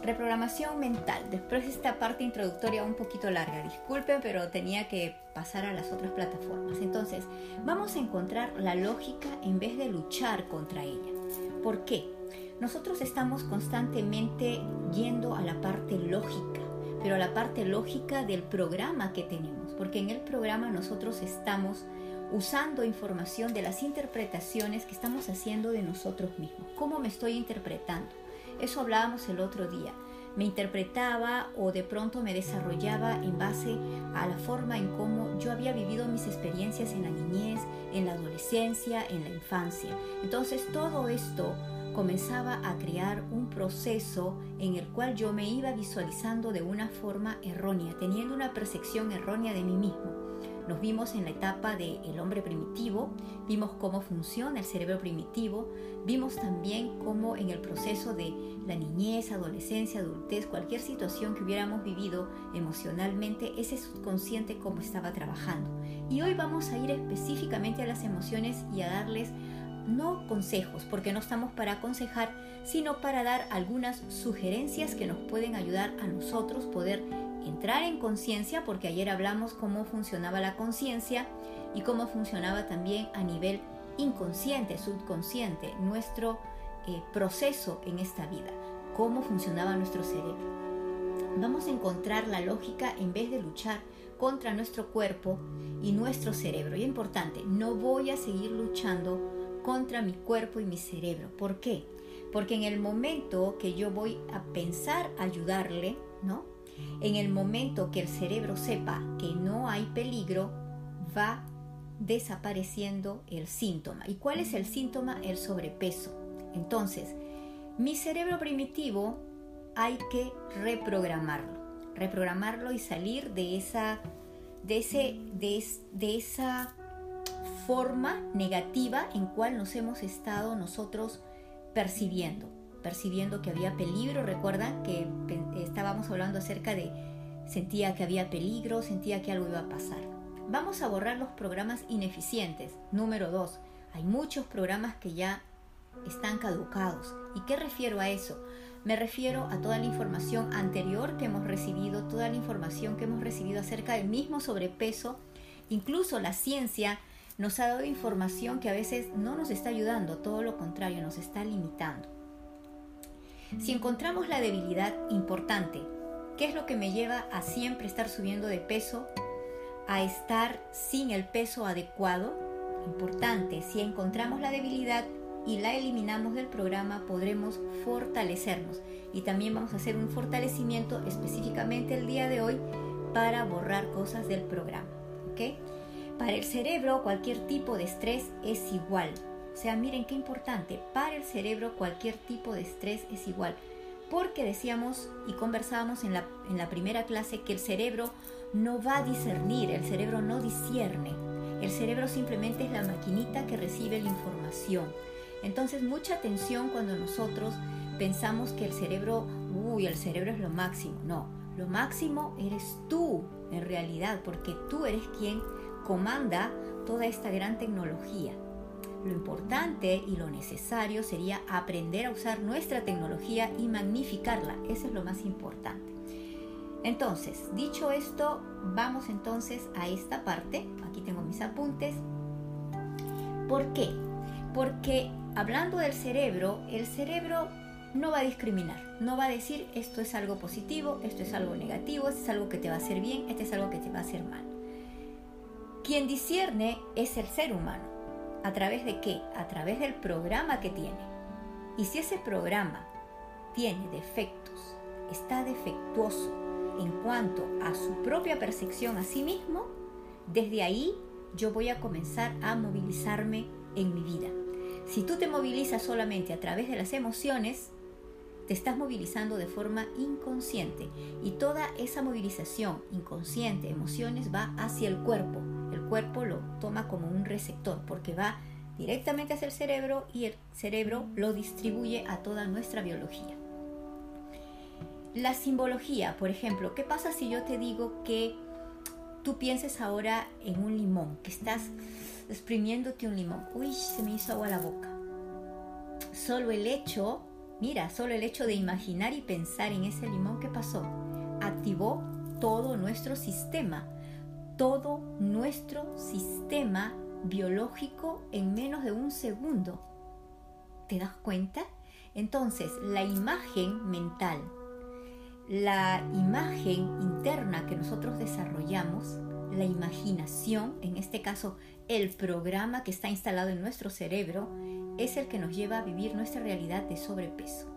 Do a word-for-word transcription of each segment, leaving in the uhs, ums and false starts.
reprogramación mental. Después de esta parte introductoria un poquito larga, disculpen, pero tenía que pasar a las otras plataformas. Entonces, vamos a encontrar la lógica en vez de luchar contra ella. ¿Por qué? Nosotros estamos constantemente yendo a la parte lógica, pero a la parte lógica del programa que tenemos, porque en el programa nosotros estamos usando información de las interpretaciones que estamos haciendo de nosotros mismos. ¿Cómo me estoy interpretando? Eso hablábamos el otro día. Me interpretaba o de pronto me desarrollaba en base a la forma en cómo yo había vivido mis experiencias en la niñez, en la adolescencia, en la infancia. Entonces todo esto comenzaba a crear un proceso en el cual yo me iba visualizando de una forma errónea, teniendo una percepción errónea de mí mismo. Nos vimos en la etapa del hombre primitivo, vimos cómo funciona el cerebro primitivo, vimos también cómo en el proceso de la niñez, adolescencia, adultez, cualquier situación que hubiéramos vivido emocionalmente, ese subconsciente cómo estaba trabajando. Y hoy vamos a ir específicamente a las emociones y a darles no consejos, porque no estamos para aconsejar, sino para dar algunas sugerencias que nos pueden ayudar a nosotros poder entrar en conciencia, porque ayer hablamos cómo funcionaba la conciencia y cómo funcionaba también a nivel inconsciente, subconsciente, nuestro eh, proceso en esta vida, cómo funcionaba nuestro cerebro. Vamos a encontrar la lógica en vez de luchar contra nuestro cuerpo y nuestro cerebro. Y es importante, no voy a seguir luchando contra mi cuerpo y mi cerebro. ¿Por qué? Porque en el momento que yo voy a pensar ayudarle, ¿no? En el momento que el cerebro sepa que no hay peligro, va desapareciendo el síntoma. ¿Y cuál es el síntoma? El sobrepeso. Entonces, mi cerebro primitivo hay que reprogramarlo. Reprogramarlo y salir de esa, de ese, de, de esa forma negativa en cual nos hemos estado nosotros percibiendo. percibiendo que había peligro. Recuerdan que estábamos hablando acerca de sentía que había peligro, sentía que algo iba a pasar. Vamos a borrar los programas ineficientes. Número dos, hay muchos programas que ya están caducados. ¿Y qué refiero a eso? Me refiero a toda la información anterior que hemos recibido, toda la información que hemos recibido acerca del mismo sobrepeso. Incluso la ciencia nos ha dado información que a veces no nos está ayudando, todo lo contrario, nos está limitando. Si encontramos la debilidad importante, ¿qué es lo que me lleva a siempre estar subiendo de peso? A estar sin el peso adecuado. Importante, si encontramos la debilidad y la eliminamos del programa, podremos fortalecernos. Y también vamos a hacer un fortalecimiento específicamente el día de hoy para borrar cosas del programa. ¿Okay? Para el cerebro, cualquier tipo de estrés es igual. O sea, miren qué importante, para el cerebro cualquier tipo de estrés es igual, porque decíamos y conversábamos en la, en la primera clase que el cerebro no va a discernir, el cerebro no discierne, el cerebro simplemente es la maquinita que recibe la información. Entonces, mucha atención cuando nosotros pensamos que el cerebro, uy, el cerebro es lo máximo. No, lo máximo eres tú en realidad, porque tú eres quien comanda toda esta gran tecnología. Lo importante y lo necesario sería aprender a usar nuestra tecnología y magnificarla. Eso es lo más importante. Entonces, dicho esto, vamos entonces a esta parte. Aquí tengo mis apuntes. ¿Por qué? Porque hablando del cerebro, el cerebro no va a discriminar. No va a decir esto es algo positivo, esto es algo negativo, esto es algo que te va a hacer bien, esto es algo que te va a hacer mal. Quien discierne es el ser humano. ¿A través de qué? A través del programa que tiene. Y si ese programa tiene defectos, está defectuoso en cuanto a su propia percepción a sí mismo, desde ahí yo voy a comenzar a movilizarme en mi vida. Si tú te movilizas solamente a través de las emociones, te estás movilizando de forma inconsciente. Y toda esa movilización inconsciente, emociones, va hacia el cuerpo. El cuerpo lo toma como un receptor porque va directamente hacia el cerebro y el cerebro lo distribuye a toda nuestra biología. La simbología, por ejemplo, ¿qué pasa si yo te digo que tú pienses ahora en un limón, que estás exprimiéndote un limón? Uy, se me hizo agua la boca. Solo el hecho Mira, solo el hecho de imaginar y pensar en ese limón, ¿qué pasó? Activó todo nuestro sistema, todo nuestro sistema biológico en menos de un segundo. ¿Te das cuenta? Entonces, la imagen mental, la imagen interna que nosotros desarrollamos, la imaginación, en este caso el programa que está instalado en nuestro cerebro, es el que nos lleva a vivir nuestra realidad de sobrepeso.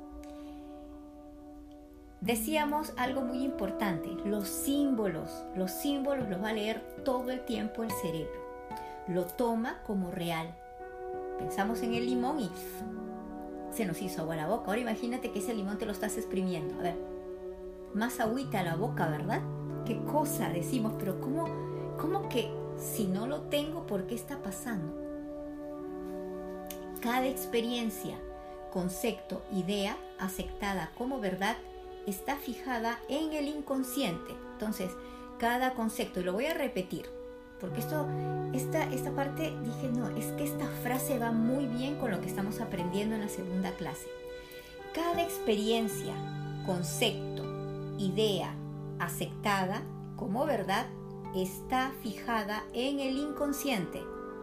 Decíamos algo muy importante, los símbolos, los símbolos los va a leer todo el tiempo el cerebro, lo toma como real. Pensamos en el limón y se nos hizo agua a la boca. Ahora imagínate que ese limón te lo estás exprimiendo, a ver, más agüita a la boca, ¿verdad? Qué cosa decimos, pero ¿cómo, cómo que si no lo tengo, por qué está pasando? Cada experiencia, concepto, idea aceptada como verdad está fijada en el inconsciente. Entonces, cada concepto, y lo voy a repetir, porque esto, esta, esta parte dije, no, es que esta frase va muy bien con lo que estamos aprendiendo en la segunda clase. Cada experiencia, concepto, idea aceptada como verdad está fijada en el inconsciente.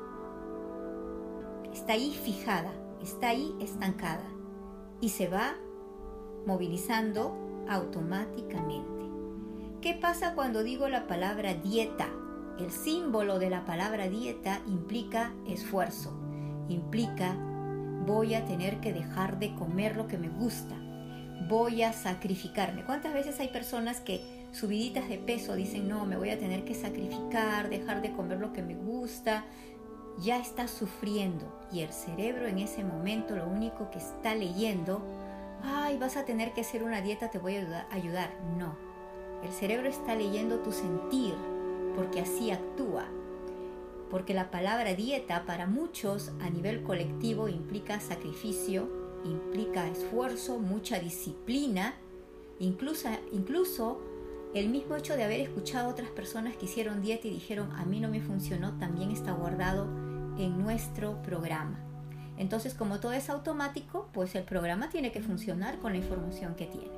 Está ahí fijada, está ahí estancada y se va movilizando automáticamente. ¿Qué pasa cuando digo la palabra dieta? El símbolo de la palabra dieta implica esfuerzo, implica voy a tener que dejar de comer lo que me gusta, voy a sacrificarme. ¿Cuántas veces hay personas que subiditas de peso dicen no, me voy a tener que sacrificar, dejar de comer lo que me gusta? Ya está sufriendo y el cerebro en ese momento lo único que está leyendo, ay, vas a tener que hacer una dieta, te voy a ayudar. No, el cerebro está leyendo tu sentir porque así actúa. Porque la palabra dieta para muchos a nivel colectivo implica sacrificio, implica esfuerzo, mucha disciplina, incluso, incluso el mismo hecho de haber escuchado a otras personas que hicieron dieta y dijeron a mí no me funcionó, también está guardado en nuestro programa. Entonces, como todo es automático, pues el programa tiene que funcionar con la información que tiene.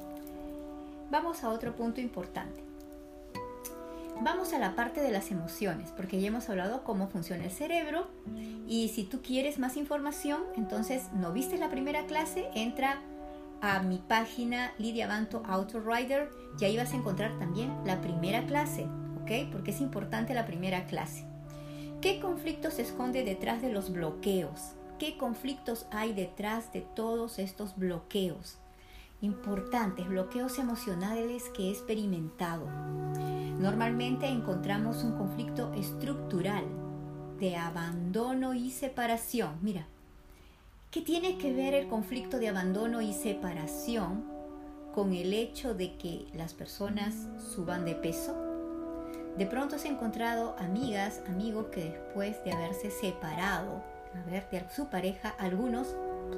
Vamos a otro punto importante. Vamos a la parte de las emociones, porque ya hemos hablado cómo funciona el cerebro y si tú quieres más información, entonces no viste la primera clase, entra a mi página Lidia Banto Autorider y ahí vas a encontrar también la primera clase, ¿ok? Porque es importante la primera clase. ¿Qué conflictos se esconde detrás de los bloqueos? ¿Qué conflictos hay detrás de todos estos bloqueos? Importantes, bloqueos emocionales que he experimentado. Normalmente encontramos un conflicto estructural de abandono y separación. Mira, ¿qué tiene que ver el conflicto de abandono y separación con el hecho de que las personas suban de peso? De pronto has encontrado amigas, amigos que después de haberse separado, a ver, de su pareja, algunos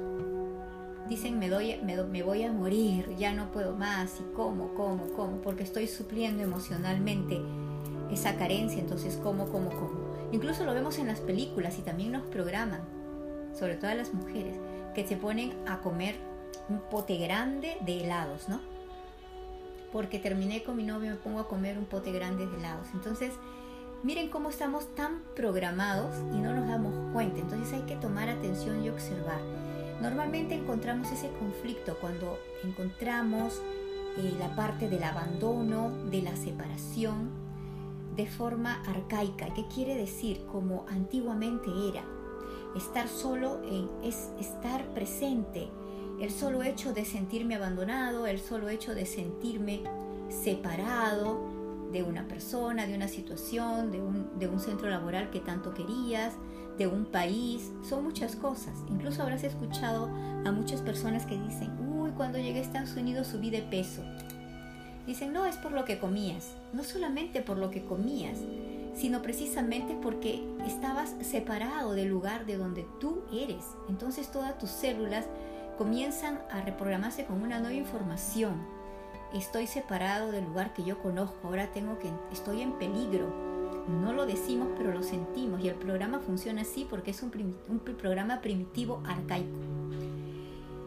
dicen me, doy, me, me voy a morir, ya no puedo más, y cómo, cómo, cómo, porque estoy supliendo emocionalmente esa carencia, entonces cómo, cómo, cómo. Incluso lo vemos en las películas y también nos programan, sobre todo a las mujeres, que se ponen a comer un pote grande de helados, ¿no? Porque terminé con mi novio, me pongo a comer un pote grande de helados. Entonces, miren cómo estamos tan programados y no nos damos cuenta. Entonces hay que tomar atención y observar. Normalmente encontramos ese conflicto cuando encontramos eh, la parte del abandono, de la separación, de forma arcaica. ¿Qué quiere decir? Como antiguamente era. Estar solo en, es estar presente. El solo hecho de sentirme abandonado, el solo hecho de sentirme separado de una persona, de una situación, de un, de un centro laboral que tanto querías, de un país, son muchas cosas. Incluso habrás escuchado a muchas personas que dicen, uy, cuando llegué a Estados Unidos subí de peso. Dicen, no, es por lo que comías. No solamente por lo que comías, sino precisamente porque estabas separado del lugar de donde tú eres. Entonces todas tus células comienzan a reprogramarse con una nueva información. Estoy separado del lugar que yo conozco, ahora tengo que, estoy en peligro. No lo decimos, pero lo sentimos, y el programa funciona así porque es un, prim, un programa primitivo arcaico.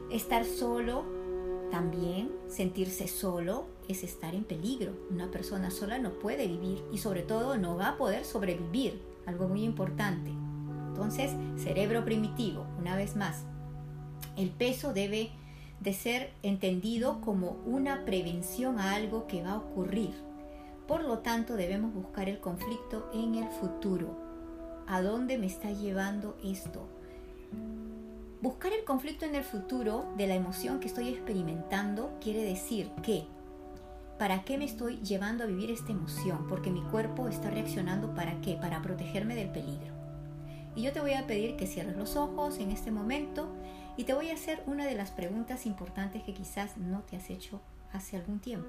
Estar solo, también sentirse solo es estar en peligro. Una persona sola no puede vivir y sobre todo no va a poder sobrevivir, algo muy importante. Entonces, cerebro primitivo, una vez más, el peso debe de ser entendido como una prevención a algo que va a ocurrir. Por lo tanto, debemos buscar el conflicto en el futuro. ¿A dónde me está llevando esto? Buscar el conflicto en el futuro de la emoción que estoy experimentando quiere decir que ¿para qué me estoy llevando a vivir esta emoción? Porque mi cuerpo está reaccionando ¿para qué? Para protegerme del peligro. Y yo te voy a pedir que cierres los ojos en este momento y te voy a hacer una de las preguntas importantes que quizás no te has hecho hace algún tiempo.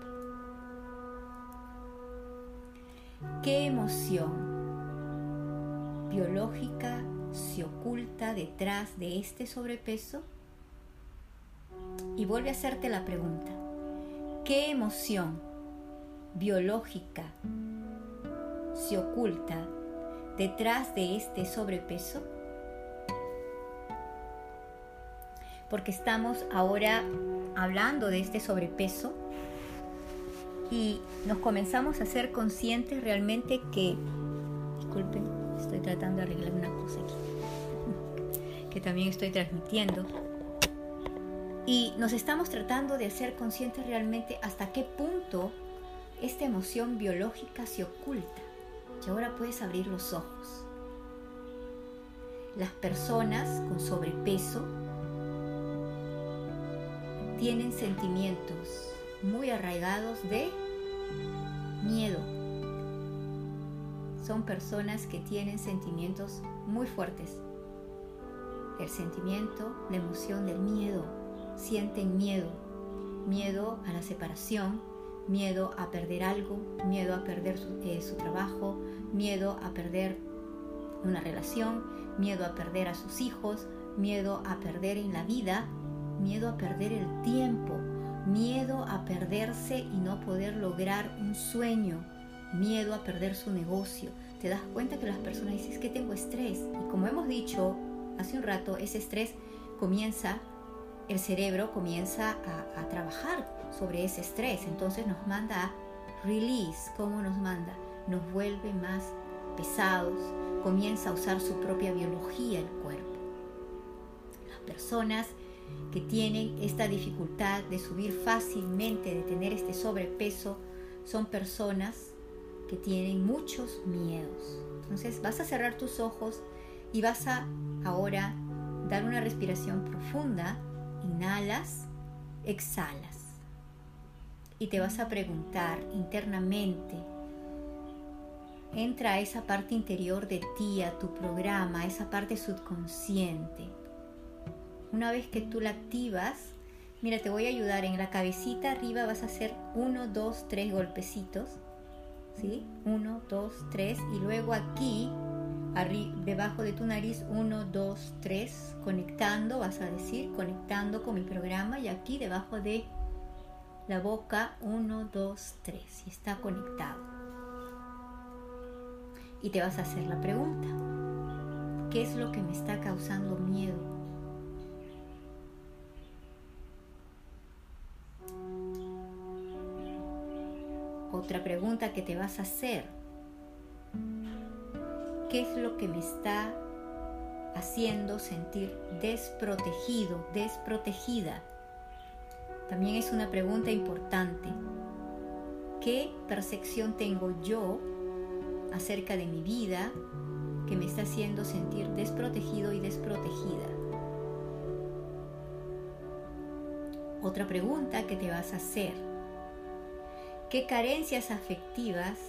¿Qué emoción biológica se oculta detrás de este sobrepeso? Y vuelve a hacerte la pregunta. ¿Qué emoción biológica se oculta detrás de este sobrepeso? Porque estamos ahora hablando de este sobrepeso y nos comenzamos a ser conscientes realmente que, disculpen, estoy tratando de arreglar una cosa aquí, que también estoy transmitiendo, y nos estamos tratando de hacer conscientes realmente hasta qué punto esta emoción biológica se oculta. Y ahora puedes abrir los ojos. Las personas con sobrepeso tienen sentimientos muy arraigados de miedo. Son personas que tienen sentimientos muy fuertes. El sentimiento, la emoción del miedo. Sienten miedo. Miedo a la separación, miedo a perder algo, miedo a perder su, eh, su trabajo, miedo a perder una relación, miedo a perder a sus hijos, miedo a perder en la vida, miedo a perder el tiempo, miedo a perderse y no poder lograr un sueño, miedo a perder su negocio. Te das cuenta que las personas dicen es que tengo estrés, y como hemos dicho hace un rato, ese estrés comienza, el cerebro comienza a, a trabajar sobre ese estrés, entonces nos manda a release. ¿Cómo nos manda? Nos vuelve más pesados, comienza a usar su propia biología el cuerpo. Las personas que tienen esta dificultad de subir fácilmente, de tener este sobrepeso, son personas que tienen muchos miedos. Entonces vas a cerrar tus ojos y vas a ahora dar una respiración profunda. Inhalas, exhalas y te vas a preguntar internamente. Entra a esa parte interior de ti, a tu programa, a esa parte subconsciente. Una vez que tú la activas, mira, te voy a ayudar. En la cabecita arriba vas a hacer uno, dos, tres golpecitos, ¿sí? uno, dos, tres, y luego aquí Arri- debajo de tu nariz, uno, dos, tres, conectando, vas a decir, conectando con mi programa, y aquí debajo de la boca, uno, dos, tres, y está conectado. Y te vas a hacer la pregunta, ¿qué es lo que me está causando miedo? Otra pregunta que te vas a hacer, ¿qué es lo que me está haciendo sentir desprotegido, desprotegida? También es una pregunta importante. ¿Qué percepción tengo yo acerca de mi vida que me está haciendo sentir desprotegido y desprotegida? Otra pregunta que te vas a hacer. ¿Qué carencias afectivas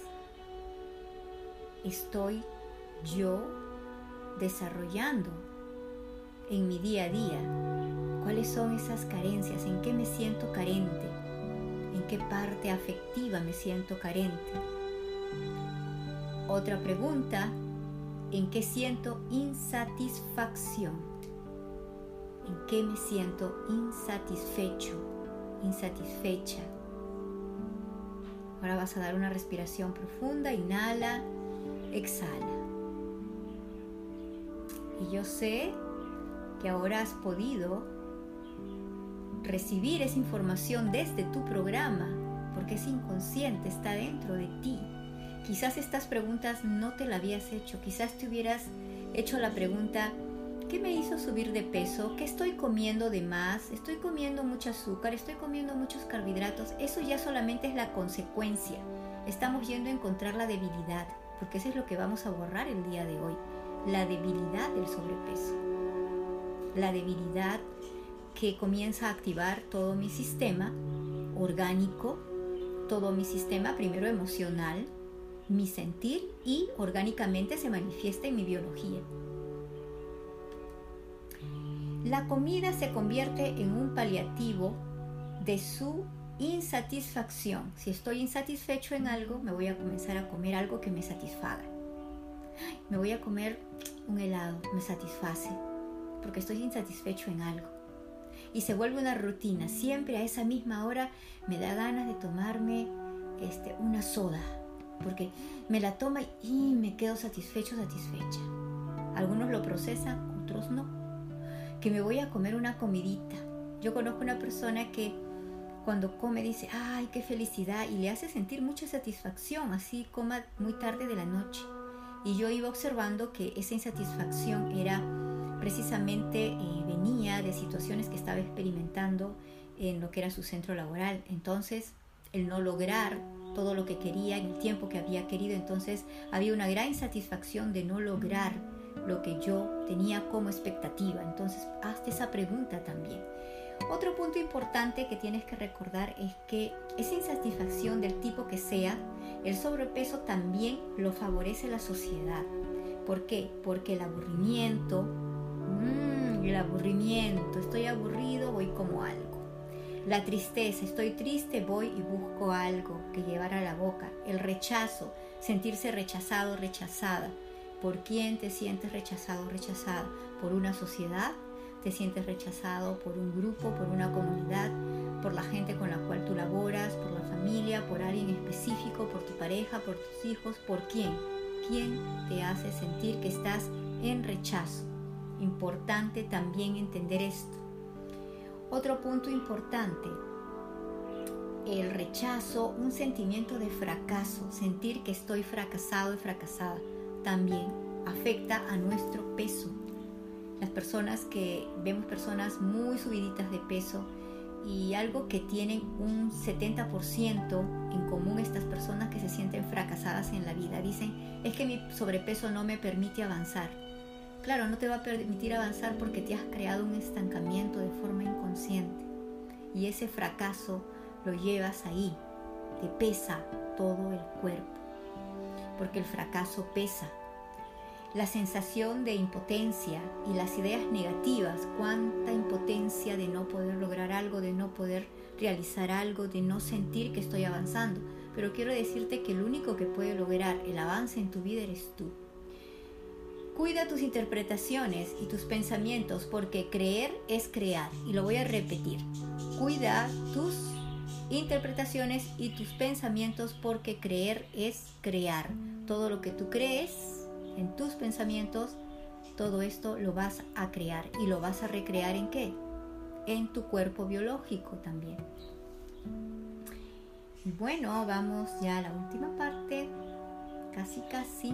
estoy yo desarrollando en mi día a día? ¿Cuáles son esas carencias? ¿En qué me siento carente? ¿En qué parte afectiva me siento carente? Otra pregunta, ¿en qué siento insatisfacción? ¿En qué me siento insatisfecho, insatisfecha? Ahora vas a dar una respiración profunda, inhala, exhala. Y yo sé que ahora has podido recibir esa información desde tu programa, porque es inconsciente, está dentro de ti. Quizás estas preguntas no te las habías hecho, quizás te hubieras hecho la pregunta: ¿qué me hizo subir de peso? ¿Qué estoy comiendo de más? ¿Estoy comiendo mucho azúcar? ¿Estoy comiendo muchos carbohidratos? Eso ya solamente es la consecuencia. Estamos yendo a encontrar la debilidad, porque eso es lo que vamos a borrar el día de hoy. La debilidad del sobrepeso. La debilidad que comienza a activar todo mi sistema orgánico, todo mi sistema primero emocional, mi sentir, y orgánicamente se manifiesta en mi biología. La comida se convierte en un paliativo de su insatisfacción. Si estoy insatisfecho en algo, me voy a comenzar a comer algo que me satisfaga. Me voy a comer un helado, me satisface, porque estoy insatisfecho en algo. Y se vuelve una rutina. Siempre a esa misma hora me da ganas de tomarme este, una soda, porque me la tomo y me quedo satisfecho, satisfecha. Algunos lo procesan, otros no. Que me voy a comer una comidita. Yo conozco una persona que cuando come dice: ¡ay, qué felicidad! Y le hace sentir mucha satisfacción, así coma muy tarde de la noche. Y yo iba observando que esa insatisfacción era precisamente, eh, venía de situaciones que estaba experimentando en lo que era su centro laboral. Entonces, el no lograr todo lo que quería en el tiempo que había querido, entonces había una gran insatisfacción de no lograr lo que yo tenía como expectativa. Entonces, hazte esa pregunta también. Otro punto importante que tienes que recordar es que esa insatisfacción del tipo que sea, el sobrepeso también lo favorece la sociedad. ¿Por qué? Porque el aburrimiento, mmm, el aburrimiento, estoy aburrido, voy como algo. La tristeza, estoy triste, voy y busco algo que llevar a la boca. El rechazo, sentirse rechazado, rechazada. ¿Por quién te sientes rechazado o rechazada? ¿Por una sociedad? ¿Te sientes rechazado por un grupo, por una comunidad, por la gente con la cual tú laboras, por la familia, por alguien específico, por tu pareja, por tus hijos? ¿Por quién? ¿Quién te hace sentir que estás en rechazo? Importante también entender esto. Otro punto importante, el rechazo, un sentimiento de fracaso, sentir que estoy fracasado y fracasada, también afecta a nuestro peso. Las personas que vemos personas muy subiditas de peso, y algo que tienen un setenta por ciento en común estas personas que se sienten fracasadas en la vida, dicen: es que mi sobrepeso no me permite avanzar. Claro, no te va a permitir avanzar porque te has creado un estancamiento de forma inconsciente, y ese fracaso lo llevas ahí, te pesa todo el cuerpo, porque el fracaso pesa. La sensación de impotencia y las ideas negativas, cuánta impotencia de no poder lograr algo, de no poder realizar algo, de no sentir que estoy avanzando. Pero quiero decirte que el único que puede lograr el avance en tu vida eres tú. Cuida tus interpretaciones y tus pensamientos, porque creer es crear. Y lo voy a repetir. Cuida tus interpretaciones y tus pensamientos, porque creer es crear. Todo lo que tú crees en tus pensamientos, todo esto lo vas a crear, y lo vas a recrear ¿en qué? En tu cuerpo biológico también. Y bueno, vamos ya a la última parte, casi casi.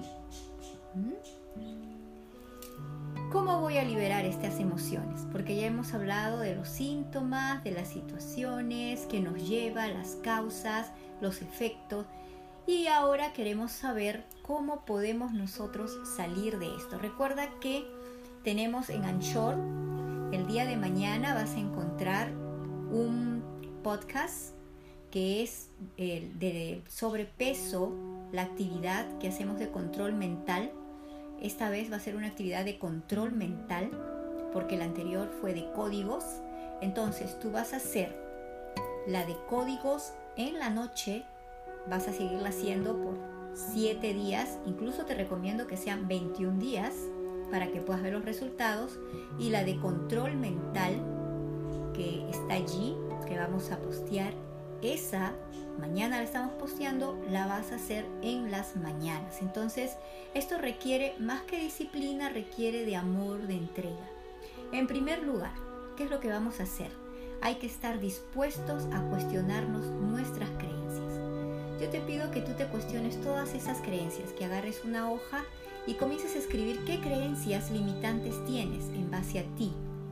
¿Cómo voy a liberar estas emociones? Porque ya hemos hablado de los síntomas, de las situaciones que nos lleva, las causas, los efectos. Y ahora queremos saber cómo podemos nosotros salir de esto. Recuerda que tenemos en Anchor, el día de mañana vas a encontrar un podcast que es el de sobrepeso, la actividad que hacemos de control mental. Esta vez va a ser una actividad de control mental, porque la anterior fue de códigos. Entonces tú vas a hacer la de códigos en la noche. Vas a seguirla haciendo por siete días, incluso te recomiendo que sean veintiún días para que puedas ver los resultados. Y la de control mental, que está allí, que vamos a postear, esa mañana la estamos posteando, la vas a hacer en las mañanas. Entonces, esto requiere más que disciplina, requiere de amor, de entrega. En primer lugar, ¿qué es lo que vamos a hacer? hay que estar dispuestos a cuestionarnos nuestras creencias. Yo te pido que tú te cuestiones todas esas creencias, que agarres una hoja y comiences a escribir qué creencias limitantes tienes en base a ti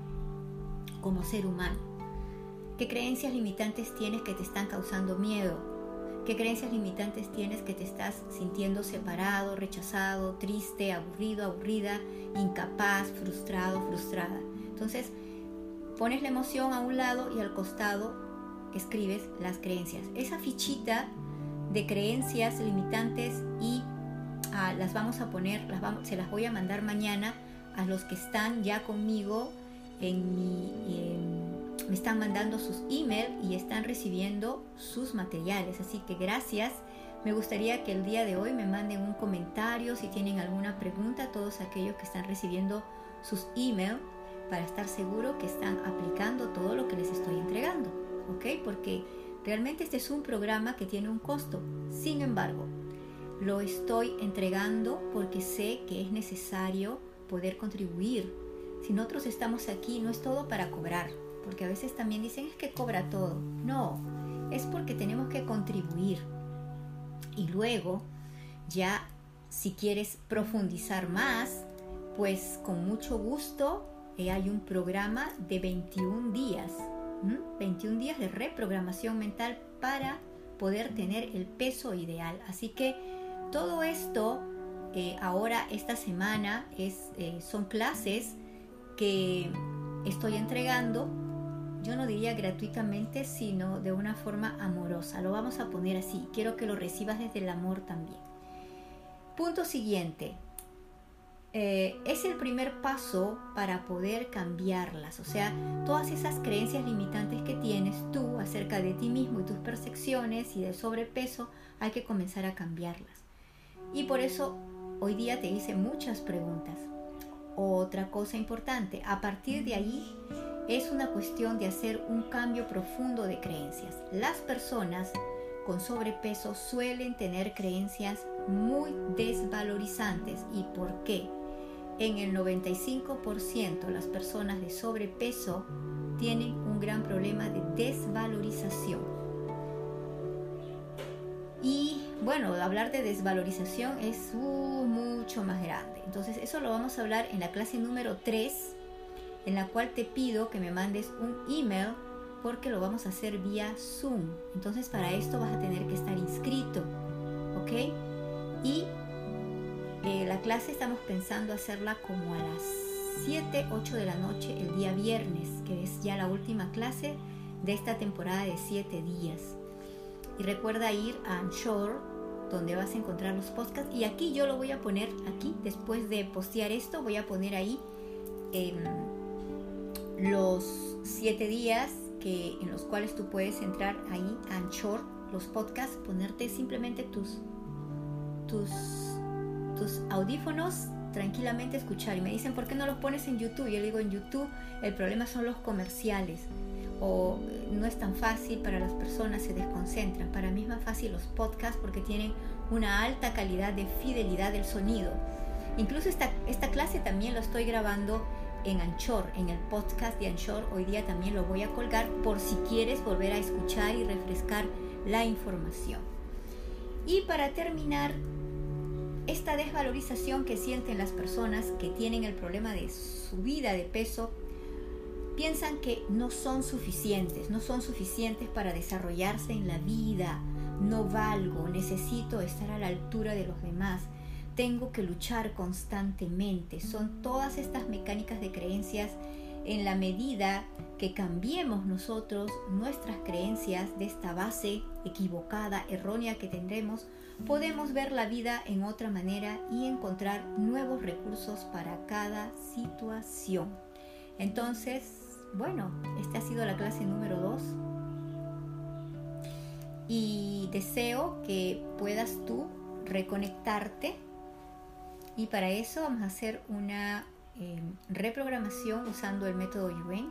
como ser humano. ¿Qué creencias limitantes tienes que te están causando miedo? ¿Qué creencias limitantes tienes que te estás sintiendo separado, rechazado, triste, aburrido, aburrida, incapaz, frustrado, frustrada? Entonces, pones la emoción a un lado y al costado escribes las creencias. Esa fichita de creencias limitantes y ah, las vamos a poner, las vamos, se las voy a mandar mañana a los que están ya conmigo en mi... En, me están mandando sus emails y están recibiendo sus materiales, así que gracias. Me gustaría que el día de hoy me manden un comentario si tienen alguna pregunta, todos aquellos que están recibiendo sus emails, para estar seguro que están aplicando todo lo que les estoy entregando, ¿ok? Porque realmente este es un programa que tiene un costo. Sin embargo, lo estoy entregando porque sé que es necesario poder contribuir. Si nosotros estamos aquí, no es todo para cobrar, porque a veces también dicen es que cobra todo. No, es porque tenemos que contribuir. Y luego, ya si quieres profundizar más, pues con mucho gusto eh, hay un programa de veintiún días, ¿m? veintiún días de reprogramación mental para poder tener el peso ideal. Así que todo esto eh, ahora esta semana es, eh, son clases que estoy entregando. Yo no diría gratuitamente, sino de una forma amorosa. Lo vamos a poner así. Quiero que lo recibas desde el amor también. Punto siguiente. Eh, es el primer paso para poder cambiarlas. O sea, todas esas creencias limitantes que tienes tú acerca de ti mismo y tus percepciones y del sobrepeso, hay que comenzar a cambiarlas. Y por eso hoy día te hice muchas preguntas. Otra cosa importante, a partir de ahí es una cuestión de hacer un cambio profundo de creencias. Las personas con sobrepeso suelen tener creencias muy desvalorizantes. ¿Y por qué? En el noventa y cinco por ciento las personas de sobrepeso tienen un gran problema de desvalorización. Y bueno, hablar de desvalorización es uh, mucho más grande. Entonces eso lo vamos a hablar en la clase número tres, en la cual te pido que me mandes un email porque lo vamos a hacer vía Zoom. Entonces para esto vas a tener que estar inscrito, ¿ok? Y eh, la clase estamos pensando hacerla como a las siete, ocho de la noche el día viernes, que es ya la última clase de esta temporada de siete días. Y recuerda ir a Anchor, donde vas a encontrar los podcasts. Y aquí yo lo voy a poner, aquí, después de postear esto, voy a poner ahí eh, los siete días que, en los cuales tú puedes entrar ahí a Anchor, los podcasts, ponerte simplemente tus, tus, tus audífonos, tranquilamente escuchar. Y me dicen, ¿por qué no los pones en YouTube? Yo digo, en YouTube el problema son los comerciales, o no es tan fácil para las personas, se desconcentran. Para mí es más fácil los podcasts porque tienen una alta calidad de fidelidad del sonido. Incluso esta, esta clase también lo estoy grabando en Anchor, en el podcast de Anchor. Hoy día también lo voy a colgar por si quieres volver a escuchar y refrescar la información. Y para terminar, esta desvalorización que sienten las personas que tienen el problema de subida de peso, piensan que no son suficientes, no son suficientes para desarrollarse en la vida. No valgo, necesito estar a la altura de los demás, tengo que luchar constantemente. Son todas estas mecánicas de creencias. En la medida que cambiemos nosotros nuestras creencias de esta base equivocada, errónea que tendremos, podemos ver la vida en otra manera y encontrar nuevos recursos para cada situación. Entonces, bueno, esta ha sido la clase número dos y deseo que puedas tú reconectarte, y para eso vamos a hacer una eh, reprogramación usando el método Yuen.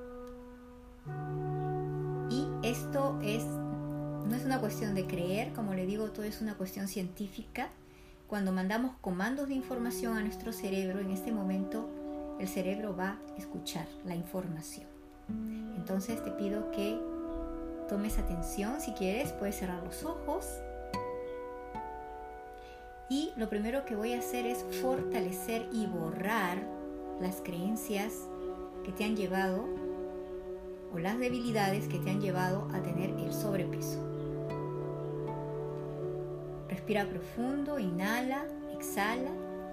Y esto es, no es una cuestión de creer, como le digo, todo es una cuestión científica. Cuando mandamos comandos de información a nuestro cerebro, en este momento el cerebro va a escuchar la información. Entonces te pido que tomes atención. Si quieres, puedes cerrar los ojos. Y lo primero que voy a hacer es fortalecer y borrar las creencias que te han llevado, o las debilidades que te han llevado a tener el sobrepeso. Respira profundo, inhala, exhala.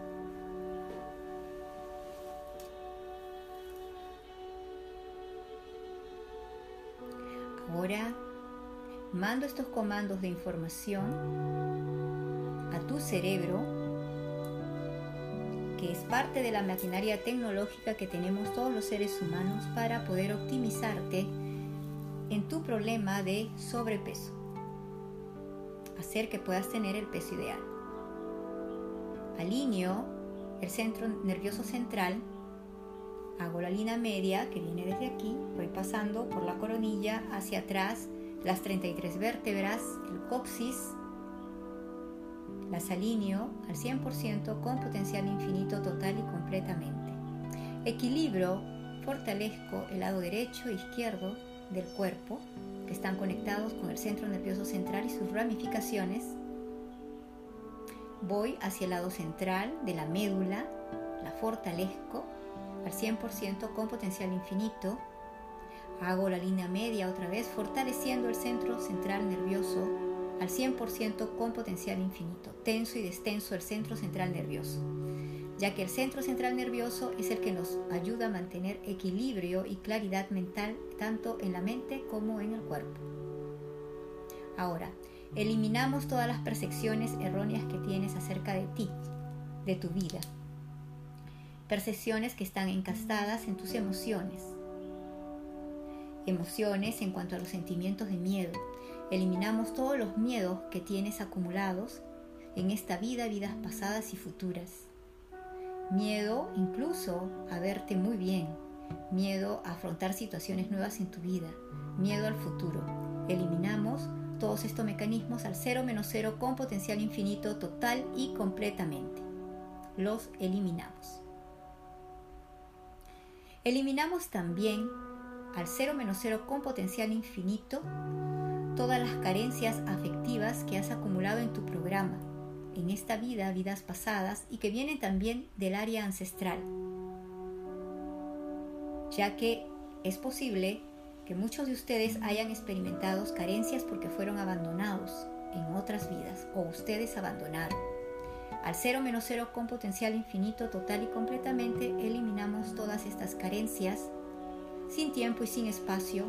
Ahora mando estos comandos de información a tu cerebro, que es parte de la maquinaria tecnológica que tenemos todos los seres humanos para poder optimizarte en tu problema de sobrepeso, hacer que puedas tener el peso ideal. Alineo el centro nervioso central, hago la línea media que viene desde aquí, voy pasando por la coronilla hacia atrás, las treinta y tres vértebras, el coxis, las alineo al cien por ciento con potencial infinito total y completamente. Equilibro, fortalezco el lado derecho e izquierdo del cuerpo, que están conectados con el centro nervioso central y sus ramificaciones. Voy hacia el lado central de la médula, la fortalezco al cien por ciento con potencial infinito. Hago la línea media otra vez, fortaleciendo el centro central nervioso al cien por ciento con potencial infinito. Tenso y destenso el centro central nervioso, ya que el centro central nervioso es el que nos ayuda a mantener equilibrio y claridad mental tanto en la mente como en el cuerpo. Ahora, eliminamos todas las percepciones erróneas que tienes acerca de ti, de tu vida. Percepciones que están encastadas en tus emociones. Emociones en cuanto a los sentimientos de miedo. Eliminamos todos los miedos que tienes acumulados en esta vida, vidas pasadas y futuras. Miedo incluso a verte muy bien. Miedo a afrontar situaciones nuevas en tu vida. Miedo al futuro. Eliminamos todos estos mecanismos al cero menos cero con potencial infinito total y completamente. Los eliminamos. Eliminamos también al cero menos cero con potencial infinito todas las carencias afectivas que has acumulado en tu programa, en esta vida, vidas pasadas, y que vienen también del área ancestral, ya que es posible que muchos de ustedes hayan experimentado carencias porque fueron abandonados en otras vidas o ustedes abandonaron. Al cero menos cero con potencial infinito total y completamente eliminamos todas estas carencias sin tiempo y sin espacio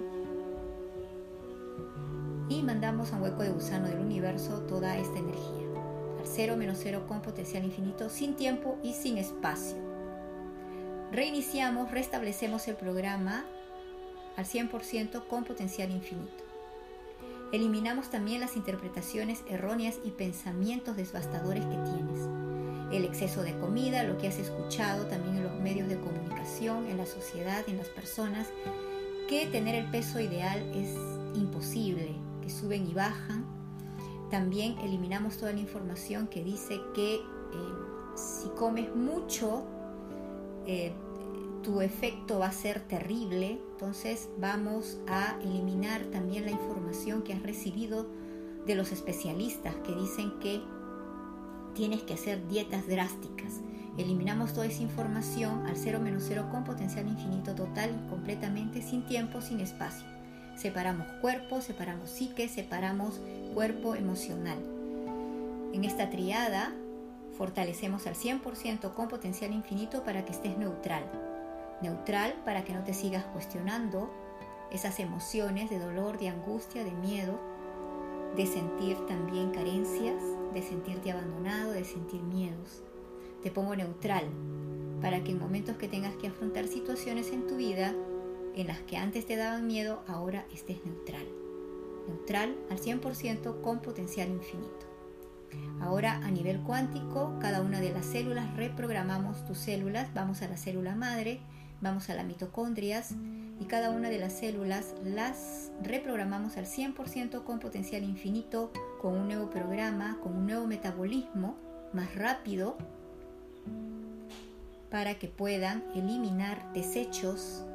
y mandamos a un hueco de gusano del universo toda esta energía. Al cero menos cero con potencial infinito sin tiempo y sin espacio. Reiniciamos, restablecemos el programa al cien por ciento con potencial infinito. Eliminamos también las interpretaciones erróneas y pensamientos devastadores que tienes. El exceso de comida, lo que has escuchado también en los medios de comunicación, en la sociedad, en las personas, que tener el peso ideal es imposible, que suben y bajan. También eliminamos toda la información que dice que eh, si comes mucho, eh, tu efecto va a ser terrible. Entonces vamos a eliminar también la información que has recibido de los especialistas que dicen que tienes que hacer dietas drásticas. Eliminamos toda esa información al cero menos cero con potencial infinito total y completamente sin tiempo, sin espacio. Separamos cuerpo, separamos psique, separamos cuerpo emocional. En esta triada fortalecemos al cien por ciento con potencial infinito para que estés neutral. Neutral para que no te sigas cuestionando esas emociones de dolor, de angustia, de miedo, de sentir también carencias, de sentirte abandonado, de sentir miedos. Te pongo neutral para que en momentos que tengas que afrontar situaciones en tu vida en las que antes te daban miedo, ahora estés neutral. Neutral al cien por ciento con potencial infinito. Ahora a nivel cuántico, cada una de las células reprogramamos tus células. Vamos a la célula madre, vamos a las mitocondrias y cada una de las células las reprogramamos al cien por ciento con potencial infinito, con un nuevo programa, con un nuevo metabolismo más rápido para que puedan eliminar desechos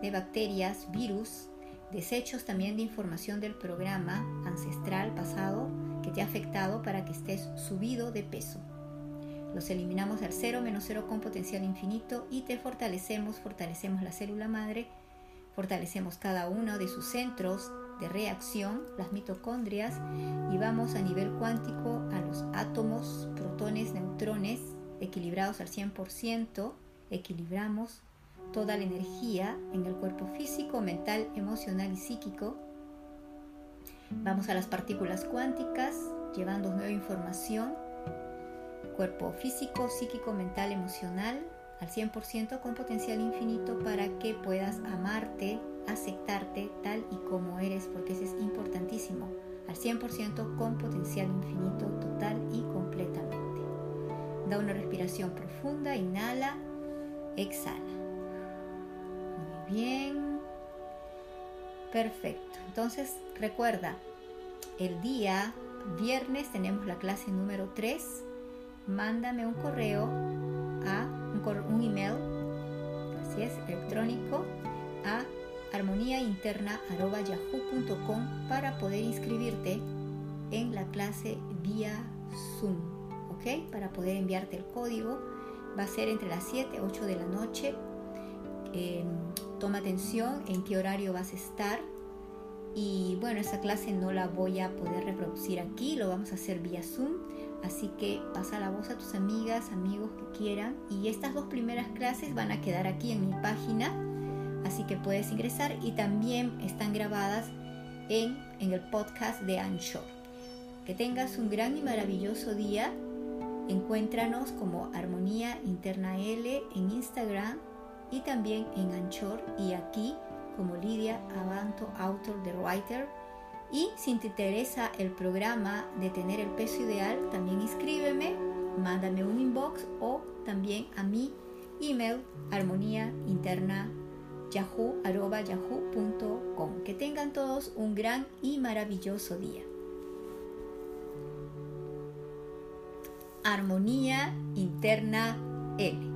de bacterias, virus, desechos también de información del programa ancestral pasado que te ha afectado para que estés subido de peso. Los eliminamos al cero menos cero con potencial infinito y te fortalecemos, fortalecemos la célula madre, fortalecemos cada uno de sus centros de reacción, las mitocondrias, y vamos a nivel cuántico a los átomos, protones, neutrones, equilibrados al cien por ciento, equilibramos toda la energía en el cuerpo físico, mental, emocional y psíquico. Vamos a las partículas cuánticas, llevando nueva información, cuerpo físico, psíquico, mental, emocional, al cien por ciento con potencial infinito para que puedas amarte, aceptarte tal y como eres, porque eso es importantísimo, al cien por ciento con potencial infinito, total y completamente. Da una respiración profunda, inhala, exhala. Muy bien, perfecto. Entonces recuerda, el día viernes tenemos la clase número tres. Mándame un correo a un, cor- un email, así es, electrónico, a armonía interna arroba yahoo punto com para poder inscribirte en la clase vía Zoom, ¿ok? Para poder enviarte el código. Va a ser entre las siete y ocho de la noche. Eh, toma atención en qué horario vas a estar. Y bueno, esa clase no la voy a poder reproducir aquí, lo vamos a hacer vía Zoom. Así que pasa la voz a tus amigas, amigos que quieran. Y estas dos primeras clases van a quedar aquí en mi página. Así que puedes ingresar y también están grabadas en, en el podcast de Anchor. Que tengas un gran y maravilloso día. Encuéntranos como Armonía Interna L en Instagram y también en Anchor y aquí como Lidia Abanto, author de Writer. Y si te interesa el programa de tener el peso ideal, también inscríbeme, mándame un inbox o también a mi email armonía interna yahoo arroba yahoo punto com. Que tengan todos un gran y maravilloso día. Armonía Interna L.